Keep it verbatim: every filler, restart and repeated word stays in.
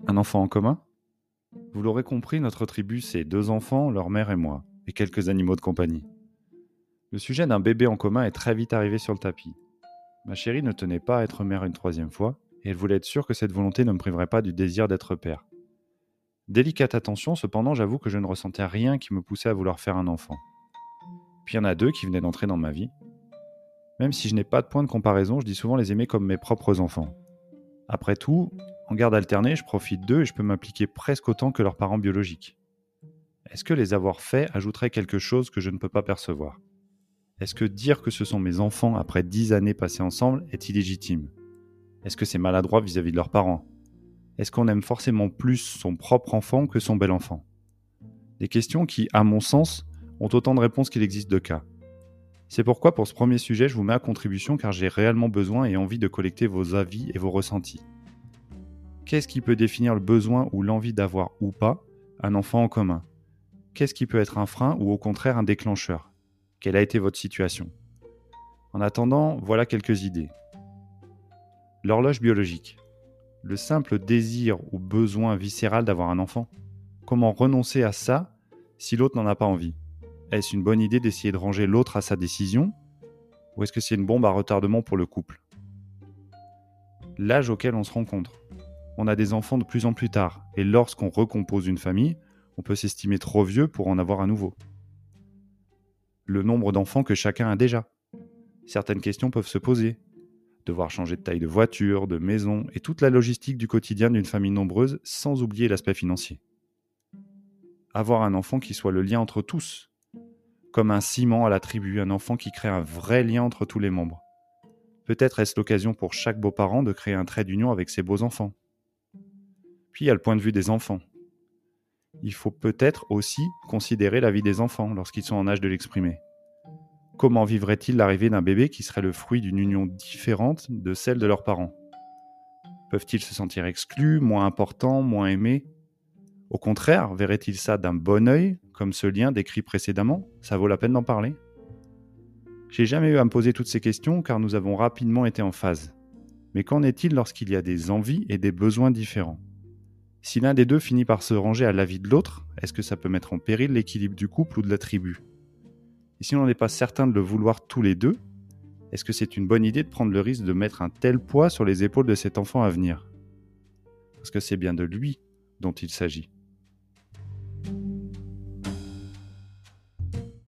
Un enfant en commun? Vous l'aurez compris, notre tribu, c'est deux enfants, leur mère et moi, et quelques animaux de compagnie. Le sujet d'un bébé en commun est très vite arrivé sur le tapis. Ma chérie ne tenait pas à être mère une troisième fois, et elle voulait être sûre que cette volonté ne me priverait pas du désir d'être père. Délicate attention, cependant, j'avoue que je ne ressentais rien qui me poussait à vouloir faire un enfant. Puis il y en a deux qui venaient d'entrer dans ma vie. Même si je n'ai pas de point de comparaison, je dis souvent les aimer comme mes propres enfants. Après tout, en garde alternée, je profite d'eux et je peux m'impliquer presque autant que leurs parents biologiques. Est-ce que les avoir faits ajouterait quelque chose que je ne peux pas percevoir ? Est-ce que dire que ce sont mes enfants après dix années passées ensemble est illégitime ? Est-ce que c'est maladroit vis-à-vis de leurs parents ? Est-ce qu'on aime forcément plus son propre enfant que son bel enfant ? Des questions qui, à mon sens, ont autant de réponses qu'il existe de cas. C'est pourquoi pour ce premier sujet, je vous mets à contribution car j'ai réellement besoin et envie de collecter vos avis et vos ressentis. Qu'est-ce qui peut définir le besoin ou l'envie d'avoir ou pas un enfant en commun ? Qu'est-ce qui peut être un frein ou au contraire un déclencheur ? Quelle a été votre situation ? En attendant, voilà quelques idées. L'horloge biologique. Le simple désir ou besoin viscéral d'avoir un enfant. Comment renoncer à ça si l'autre n'en a pas envie ? Est-ce une bonne idée d'essayer de ranger l'autre à sa décision ? Ou est-ce que c'est une bombe à retardement pour le couple ? L'âge auquel on se rencontre. On a des enfants de plus en plus tard, et lorsqu'on recompose une famille, on peut s'estimer trop vieux pour en avoir à nouveau. Le nombre d'enfants que chacun a déjà. Certaines questions peuvent se poser. Devoir changer de taille de voiture, de maison, et toute la logistique du quotidien d'une famille nombreuse, sans oublier l'aspect financier. Avoir un enfant qui soit le lien entre tous. Comme un ciment à la tribu, un enfant qui crée un vrai lien entre tous les membres. Peut-être est-ce l'occasion pour chaque beau-parent de créer un trait d'union avec ses beaux-enfants. Puis il y a le point de vue des enfants. Il faut peut-être aussi considérer la vie des enfants lorsqu'ils sont en âge de l'exprimer. Comment vivrait-il l'arrivée d'un bébé qui serait le fruit d'une union différente de celle de leurs parents ? Peuvent-ils se sentir exclus, moins importants, moins aimés ? Au contraire, verraient-ils ça d'un bon œil, comme ce lien décrit précédemment ? Ça vaut la peine d'en parler ? J'ai jamais eu à me poser toutes ces questions car nous avons rapidement été en phase. Mais qu'en est-il lorsqu'il y a des envies et des besoins différents ? Si l'un des deux finit par se ranger à l'avis de l'autre, est-ce que ça peut mettre en péril l'équilibre du couple ou de la tribu ? Et si on n'est pas certain de le vouloir tous les deux, est-ce que c'est une bonne idée de prendre le risque de mettre un tel poids sur les épaules de cet enfant à venir ? Parce que c'est bien de lui dont il s'agit.